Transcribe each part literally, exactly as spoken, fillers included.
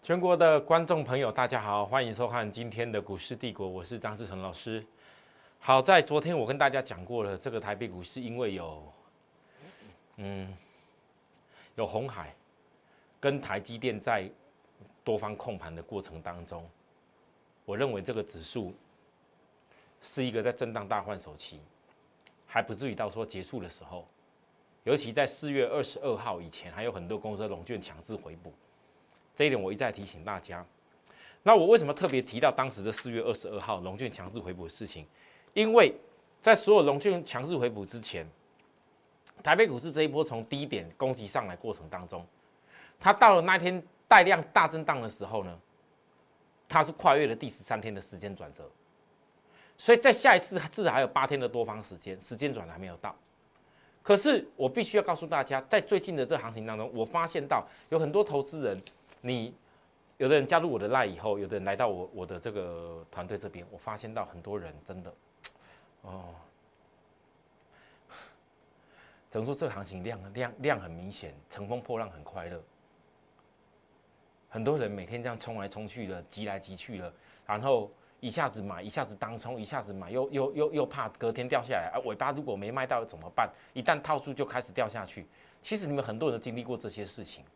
全国的观众朋友，大家好，欢迎收看今天的股市帝国，我是张志成老师。好在昨天我跟大家讲过了，这个台北股市因为有，嗯，有鸿海跟台积电在多方控盘的过程当中，我认为这个指数是一个在震荡大换手期，还不至于到说结束的时候。尤其在四月二十二号以前，还有很多公司的融券强制回补。这一点我一再提醒大家。那我为什么特别提到当时的四月二十二号融券强制回补的事情？因为在所有融券强制回补之前，台北股市这一波从低点攻击上来过程当中，它到了那天带量大震荡的时候呢，它是跨越了第十三天的时间转折，所以在下一次至少还有八天的多方时间，时间转的还没有到。可是我必须要告诉大家，在最近的这个行情当中，我发现到有很多投资人。你有的人加入我的 LINE 以后，有的人来到我我的这个团队这边，我发现到很多人真的，哦，只能说这个行情量量量很明显，乘风破浪很快乐。很多人每天这样冲来冲去的，急来急去的，然后一下子买，一下子当冲，一下子买，又又又又怕隔天掉下来啊，尾巴如果没卖到怎么办？一旦套住就开始掉下去。其实你们很多人都经历过这些事情。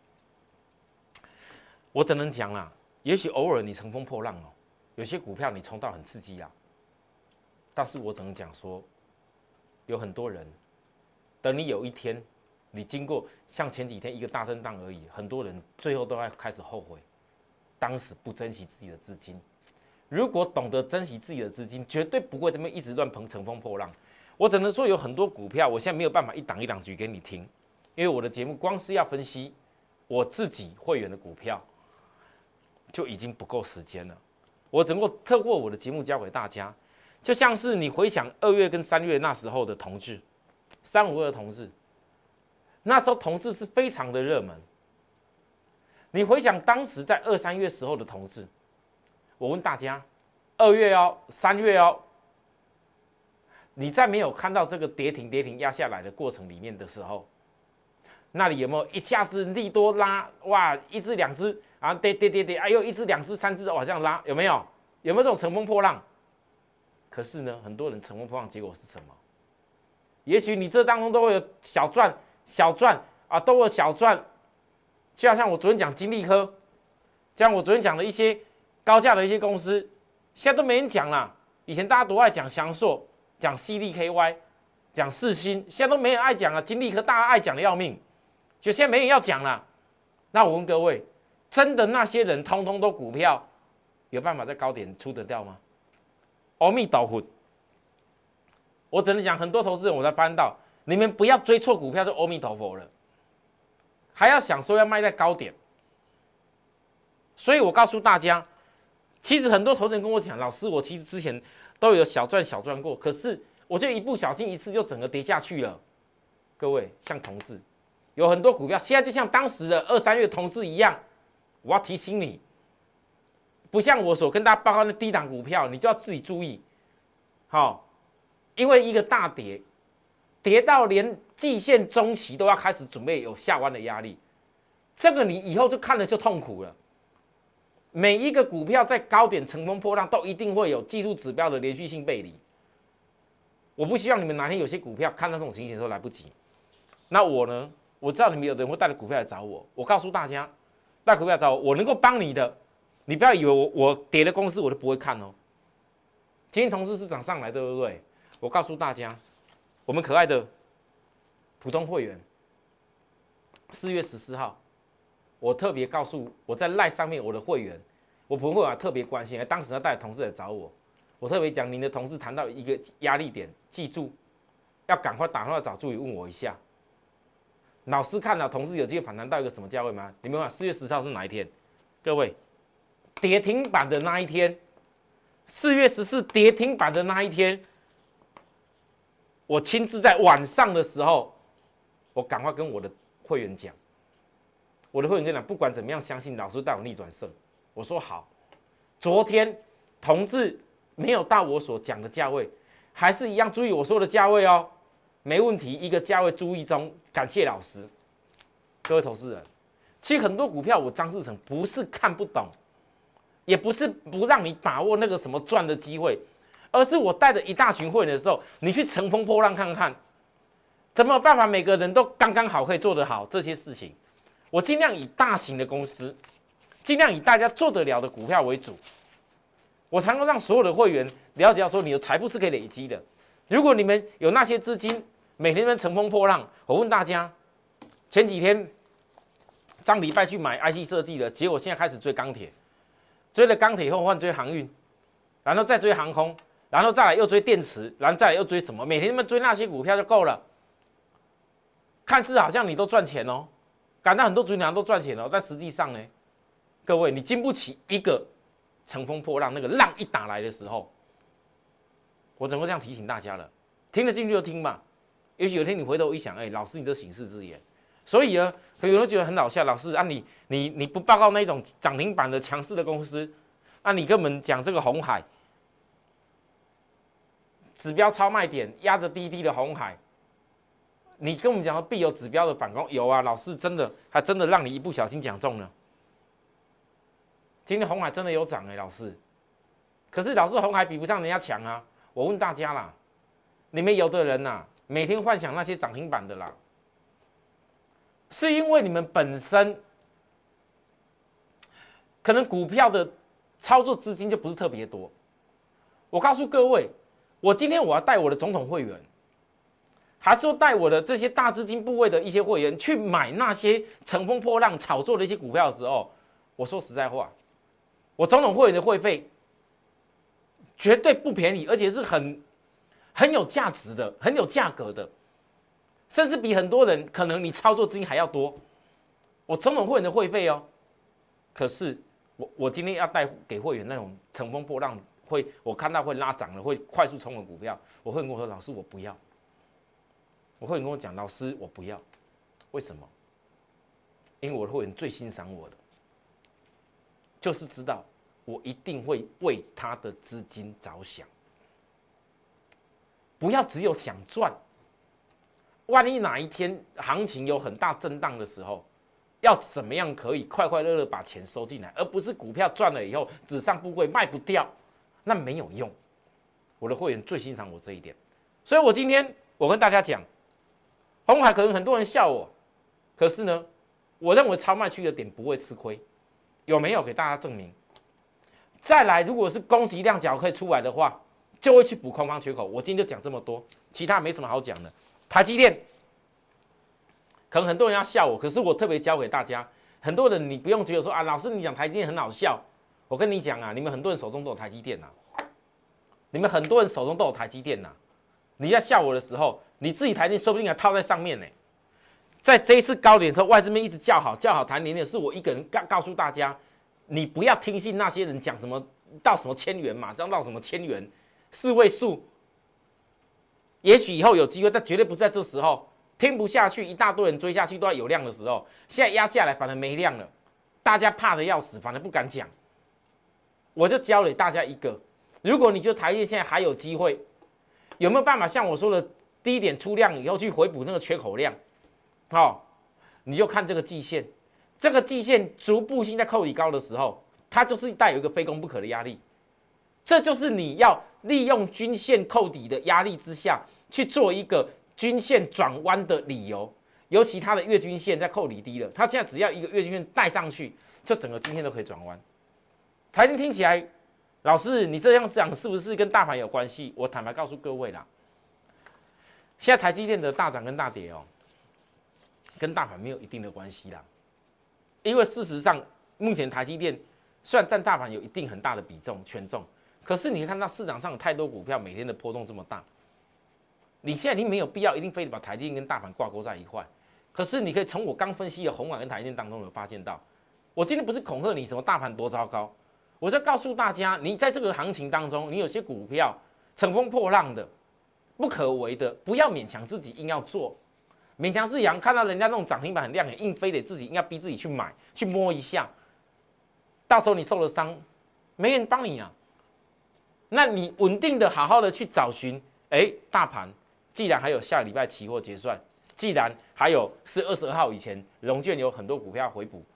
我只能讲啦，也许偶尔你乘风破浪哦，有些股票你冲到很刺激啊。但是我只能讲说，有很多人，等你有一天，你经过像前几天一个大震荡而已，很多人最后都要开始后悔，当时不珍惜自己的资金。如果懂得珍惜自己的资金，绝对不会这么一直乱碰乘风破浪。我只能说有很多股票，我现在没有办法一档一档举给你听，因为我的节目光是要分析我自己会员的股票。就已经不够时间了，我只能够透过我的节目教给大家，就像是你回想二月跟三月那时候的同志，三五二同志，那时候同志是非常的热门。你回想当时在二三月时候的同志，我问大家，二月哦，三月哦，你在没有看到这个跌停跌停压下来的过程里面的时候，那里有没有一下子利多拉哇，一只两只？啊，跌跌跌跌，哎呦，一只、两只、三只，哇，这样拉有没有？有没有这种乘风破浪？可是呢，很多人乘风破浪，结果是什么？也许你这当中都会有小赚、小赚啊，都有小赚。就好像我昨天讲金利科，像我昨天讲的一些高价的一些公司，现在都没人讲啦。以前大家多爱讲翔硕、讲 C D K Y、讲世新，现在都没人爱讲了。金利科大家爱讲的要命，就现在没人要讲了。那我问各位。真的那些人通通都股票，有办法在高点出得掉吗？阿弥陀佛，我只能讲很多投资人我才发现到，你们不要追错股票就阿弥陀佛了，还要想说要卖在高点。所以我告诉大家，其实很多投资人跟我讲，老师，我其实之前都有小赚小赚过，可是我就一不小心一次就整个跌下去了。各位，像同志，有很多股票现在就像当时的二三月同志一样。我要提醒你，不像我所跟大家报告的低档股票，你就要自己注意，好、哦，因为一个大跌，跌到连季线中期都要开始准备有下弯的压力，这个你以后就看了就痛苦了。每一个股票在高点乘风破浪，都一定会有技术指标的连续性背离。我不希望你们哪天有些股票看到这种情形的时候来不及。那我呢？我知道你们有的人会带着股票来找我，我告诉大家。带股票找我，我能够帮你的，你不要以为我我跌的公司我都不会看哦。今天同事是涨上来，对不对？我告诉大家，我们可爱的普通会员，四月十四号，我特别告诉我在 LINE 上面我的会员，我普通会员特别关心，当时他带同事来找我，我特别讲您的同事谈到一个压力点，记住要赶快打电话找助理问我一下。老师看了，同事有机会反弹到一个什么价位吗？你们看四月十号是哪一天？各位，跌停板的那一天，四月十四跌停板的那一天，我亲自在晚上的时候，我赶快跟我的会员讲，我的会员跟你讲，不管怎么样，相信老师带我逆转胜。我说好，昨天同志没有到我所讲的价位，还是一样注意我说的价位哦。没问题，一个价位注意中，感谢老师，各位投资人。 其实很多股票我张志成不是看不懂，也不是不让你把握那个什么赚的机会，而是我带着一大群会员的时候，你去乘风破浪看看，怎么有办法每个人都刚刚好可以做得好这些事情。我尽量以大型的公司，尽量以大家做得了的股票为主，我才能让所有的会员了解到说你的财富是可以累积的。如果你们有那些资金，每天在乘风破浪，我问大家，前几天上礼拜去买 I C 设计的，结果现在开始追钢铁，追了钢铁以后换追航运，然后再追航空，然后再来又追电池，然后再来又追什么？每天他们追那些股票就够了，看似好像你都赚钱哦，感到很多主讲都赚钱哦，但实际上呢，各位你经不起一个乘风破浪，那个浪一打来的时候，我怎么会这样提醒大家了？听得进去就听嘛。也许有一天你回头一想，哎、欸，老师你这醒世之言，所以呢，有人觉得很好笑。老师啊你，你你不报告那种涨停板的强势的公司，啊，你跟我们讲这个鸿海指标超卖点压着低低的鸿海，你跟我们讲说必有指标的反攻，有啊，老师真的还真的让你一不小心讲中了。今天鸿海真的有涨哎、欸，老师，可是老师鸿海比不上人家强啊。我问大家啦，你们有的人呐、啊。每天幻想那些涨停板的啦，是因为你们本身可能股票的操作资金就不是特别多。我告诉各位，我今天我要带我的总统会员，还是说带我的这些大资金部位的一些会员去买那些乘风破浪炒作的一些股票的时候，我说实在话，我总统会员的会费绝对不便宜，而且是很。很有价值的，很有价格的，甚至比很多人可能你操作资金还要多。我总统会员的会费哦，可是我我今天要带给会员那种乘风破浪，会我看到会拉涨了，会快速冲的股票，我会跟我说老师我不要，我会跟我讲老师我不要，为什么？因为我的会员最欣赏我的，就是知道我一定会为他的资金着想。不要只有想赚，万一哪一天行情有很大震荡的时候，要怎么样可以快快乐乐把钱收进来，而不是股票赚了以后纸上富贵卖不掉，那没有用。我的会员最欣赏我这一点，所以我今天我跟大家讲，鸿海可能很多人笑我，可是呢，我认为超卖区的点不会吃亏，有没有给大家证明？再来，如果是攻击量角可以出来的话。就会去补空方缺口。我今天就讲这么多，其他没什么好讲的。台积电，可能很多人要笑我，可是我特别教给大家，很多人你不用觉得说啊，老师你讲台积电很好笑。我跟你讲啊，你们很多人手中都有台积电呐、啊，你们很多人手中都有台积电呐、啊。你在笑我的时候，你自己台积电说不定还套在上面呢。在这一次高点的时候，外资面一直叫好叫好台积电，是我一个人告告诉大家，你不要听信那些人讲什么到什么千元嘛，涨到什么千元。四位数，也许以后有机会，但绝对不是在这时候。听不下去，一大堆人追下去都要有量的时候，现在压下来反而没量了，大家怕的要死，反而不敢讲。我就教给大家一个，如果你觉得台积电现在还有机会，有没有办法像我说的低点出量以后去回补那个缺口量？好、哦，你就看这个季线，这个季线逐步性在扣底高的时候，它就是带有一个非攻不可的压力。这就是你要利用均线扣底的压力之下去做一个均线转弯的理由，尤其它的月均线在扣底低了，它现在只要一个月均线带上去，就整个均线都可以转弯。台积电听起来，老师你这样讲是不是跟大盘有关系？我坦白告诉各位啦，现在台积电的大涨跟大跌哦，跟大盘没有一定的关系啦，因为事实上目前台积电虽然占大盘有一定很大的比重权重。可是你可以看到市场上有太多股票每天的波动这么大，你现在已经没有必要一定非得把台积电跟大盘挂钩在一块。可是你可以从我刚分析的鸿海跟台积电当中有发现到，我今天不是恐吓你什么大盘多糟糕，我是要告诉大家，你在这个行情当中，你有些股票乘风破浪的、不可为的，不要勉强自己硬要做，勉强自己看到人家那种涨停板很亮眼，硬非得自己硬要逼自己去买去摸一下，到时候你受了伤，没人帮你啊。那你稳定的、好好的去找寻，哎，大盘既然还有下礼拜期货结算，既然还有是二十二号以前，融券有很多股票回补，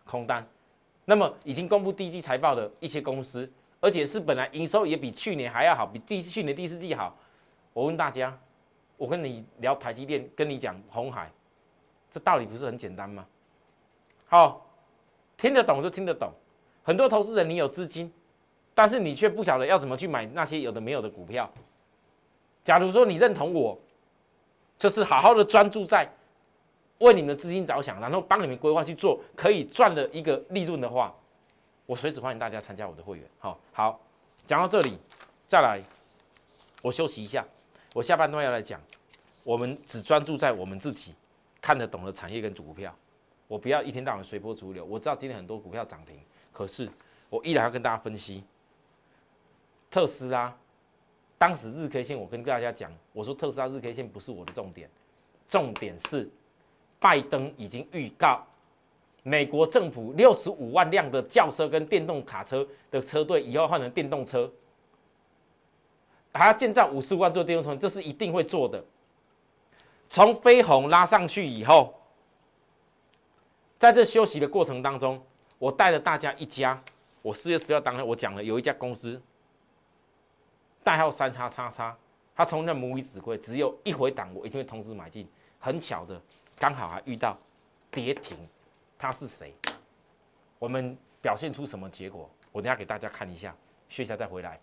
空单。那么已经公布第一季财报的一些公司，而且是本来营收也比去年还要好，比第去年第四季好。我问大家，我跟你聊台积电，跟你讲鸿海，这道理不是很简单吗？好，听得懂就听得懂。很多投资人你有资金，但是你却不晓得要怎么去买那些有的没有的股票。假如说你认同我，就是好好的专注在为你们的资金着想，然后帮你们规划去做可以赚的一个利润的话，我随时欢迎大家参加我的会员。好，好，讲到这里，再来，我休息一下，我下半段要来讲，我们只专注在我们自己看得懂的产业跟股票，我不要一天到晚随波逐流。我知道今天很多股票涨停，可是我依然要跟大家分析特斯拉。当时日 K 线，我跟大家讲，我说特斯拉日 K 线不是我的重点，重点是拜登已经预告，美国政府六十五万辆的轿车跟电动卡车的车队以后换成电动车，还要建造五十万座电动车，这是一定会做的。从飞鸿拉上去以后，在这休息的过程当中，我带了大家一家，我四月十六当天我讲了，有一家公司。代号三叉叉叉，他从那母以子贵，只有一回档，我一定会通知买进。很巧的，刚好还遇到跌停，他是谁？我们表现出什么结果？我等一下给大家看一下，休息一下再回来。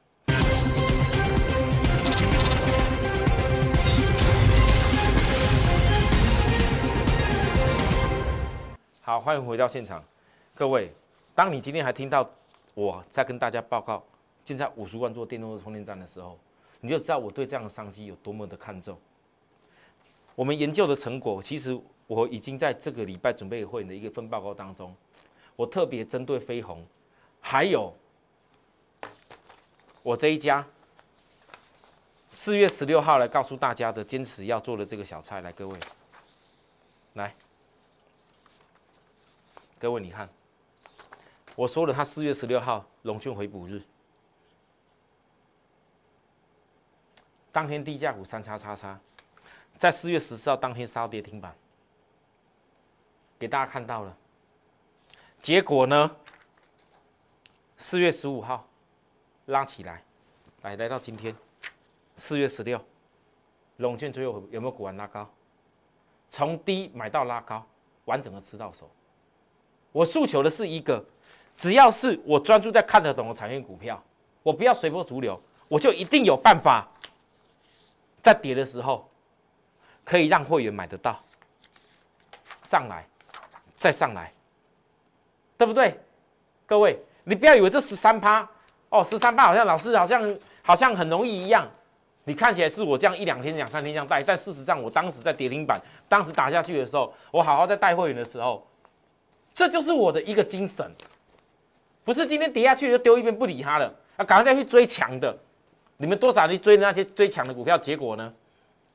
好，欢迎回到现场，各位，当你今天还听到我在跟大家报告。现在五十万座电动车充电站的时候，你就知道我对这样的商机有多么的看重。我们研究的成果，其实我已经在这个礼拜准备会员的一个分报告当中，我特别针对飞鸿，还有我这一家四月十六号来告诉大家的坚持要做的这个小菜，来各位，来，各位你看，我说了，他四月十六号融券回补日。当天低价股三叉叉叉，在四月十四号当天杀到跌停板，给大家看到了。结果呢？四月十五号拉起来，来来到今天四月十六，融券最后有没有股完拉高？从低买到拉高，完整的吃到手。我诉求的是一个，只要是我专注在看得懂的产业股票，我不要随波逐流，我就一定有办法。在跌的时候，可以让会员买得到，上来，再上来，对不对？各位，你不要以为这十三趴哦，十三趴好像老师好像好像很容易一样，你看起来是我这样一两天、两三天这样带，但事实上我当时在跌停板，当时打下去的时候，我好好在带会员的时候，这就是我的一个精神，不是今天跌下去就丢一边不理他了，啊，赶快再去追强的。你们多少去追那些追强的股票，结果呢？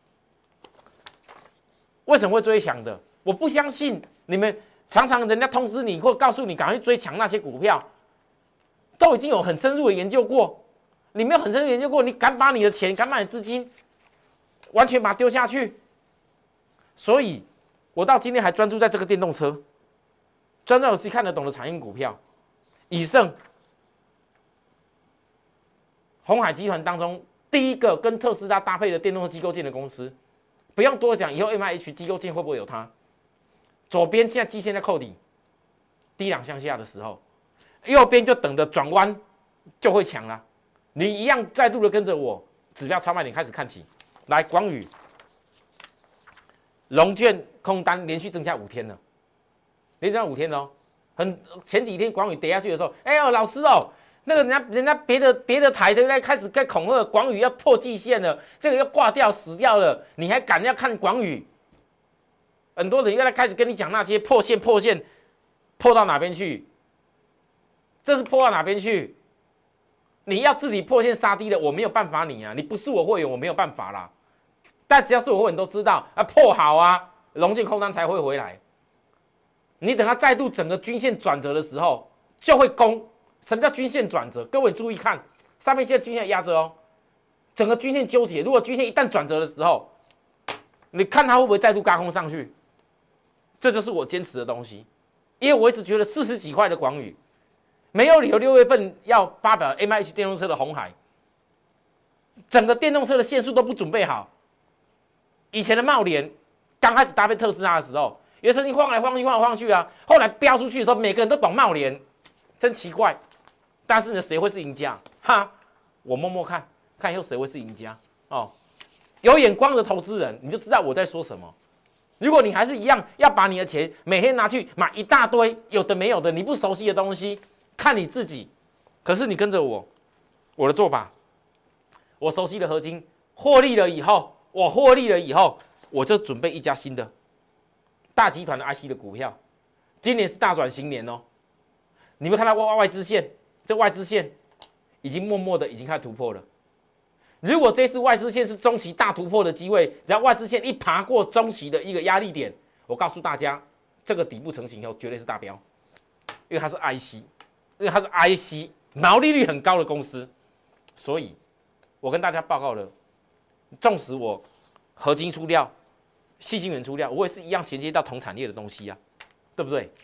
为什么会追强的？我不相信你们常常人家通知你或告诉你赶快去追强那些股票，都已经有很深入的研究过。你没有很深入研究过，你敢把你的钱、敢把你的资金完全把它丢下去？所以，我到今天还专注在这个电动车，专注我自己看得懂的产业股票，以盛。鸿海集团当中第一个跟特斯拉搭配的电动车机构件的公司，不用多讲，以后 M I H 机构件会不会有它？左边现在季线在扣底，低档向下的时候，右边就等着转弯就会强了。你一样再度的跟着我，指标超卖点开始看起来。广宇融券空单连续增加五天了，连续增加五天哦。很前几天广宇跌下去的时候，哎呦老师哦。那个人家人家别的别的台的在开始在恐吓广宇要破季线了，这个要挂掉死掉了，你还敢要看广宇？很多人又在开始跟你讲那些破线破线，破到哪边去？这是破到哪边去？你要自己破线杀低了，我没有办法你啊，你不是我会员，我没有办法啦。但只要是我会员都知道啊，破好啊，融券空单才会回来。你等它再度整个均线转折的时候，就会攻。什么叫均线转折？各位注意看，上面现在均线压着哦，整个均线纠结。如果均线一旦转折的时候，你看它会不会再度轧空上去？这就是我坚持的东西。 因为我一直觉得四十几块的广宇没有理由六月份要发表 M I H 电动车的鸿海，整个电动车的线束都不准备好。以前的茂联刚开始搭配特斯拉的时候，也曾经晃来晃去晃来晃去啊，后来飙出去的时候，每个人都懂茂联，真奇怪。但是呢，谁会是赢家？哈，我摸摸看，看以后谁会是赢家哦。有眼光的投资人，你就知道我在说什么。如果你还是一样要把你的钱每天拿去买一大堆有的没有的你不熟悉的东西，看你自己。可是你跟着我，我的做法，我熟悉的合金获利了以后，我获利了以后，我就准备一家新的大集团的 I C 的股票。今年是大转型年哦，你们看到外外资线，这外资线已经默默的已经开始突破了。如果这次外资线是中期大突破的机会，只要外资线一爬过中期的一个压力点，我告诉大家，这个底部成型以后绝对是大标，因为它是 I C， 因为它是 I C 毛利率很高的公司，所以我跟大家报告了，纵使我合金出料、矽晶圆出料，我也是一样衔接到同产业的东西呀、啊，对不对？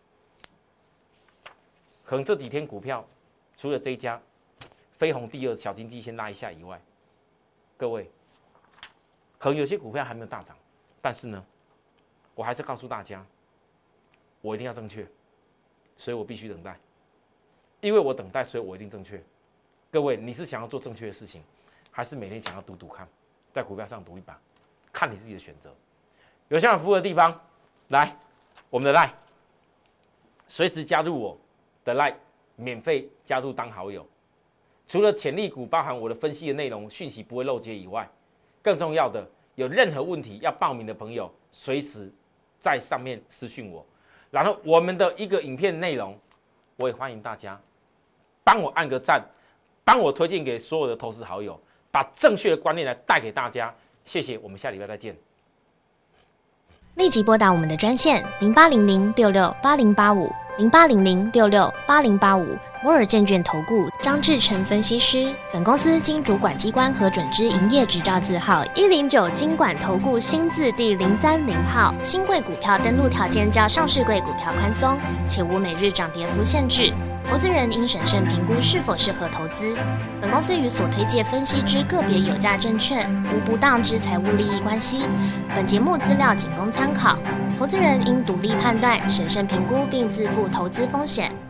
可能这几天股票除了这一家飞鸿第二小金鸡先拉一下以外，各位，可能有些股票还没有大涨，但是呢，我还是告诉大家，我一定要正确，所以我必须等待，因为我等待，所以我一定正确。各位，你是想要做正确的事情，还是每天想要赌赌看，在股票上赌一把，看你自己的选择。有想服务的地方，来我们的 Line， 随时加入我的 Line， 免费加入当好友。除了潜力股包含我的分析的内容讯息不会漏接以外，更重要的，有任何问题要报名的朋友，随时在上面私讯我。然后我们的一个影片内容，我也欢迎大家帮我按个赞，帮我推荐给所有的投资好友，把正确的观念来带给大家。谢谢，我们下礼拜再见。 立即拨打我们的专线零八零零六六八零八五零八零零六六八零八五摩尔证券投顾张志成分析师。本公司经主管机关核准之营业执照字号一零九金管投顾新字第零三零号。新贵股票登录条件较上市贵股票宽松，且无每日涨跌幅限制。投资人应审慎评估是否适合投资。本公司与所推介分析之个别有价证券无不当之财务利益关系。本节目资料仅供参考，投资人应独立判断、审慎评估并自负投资风险。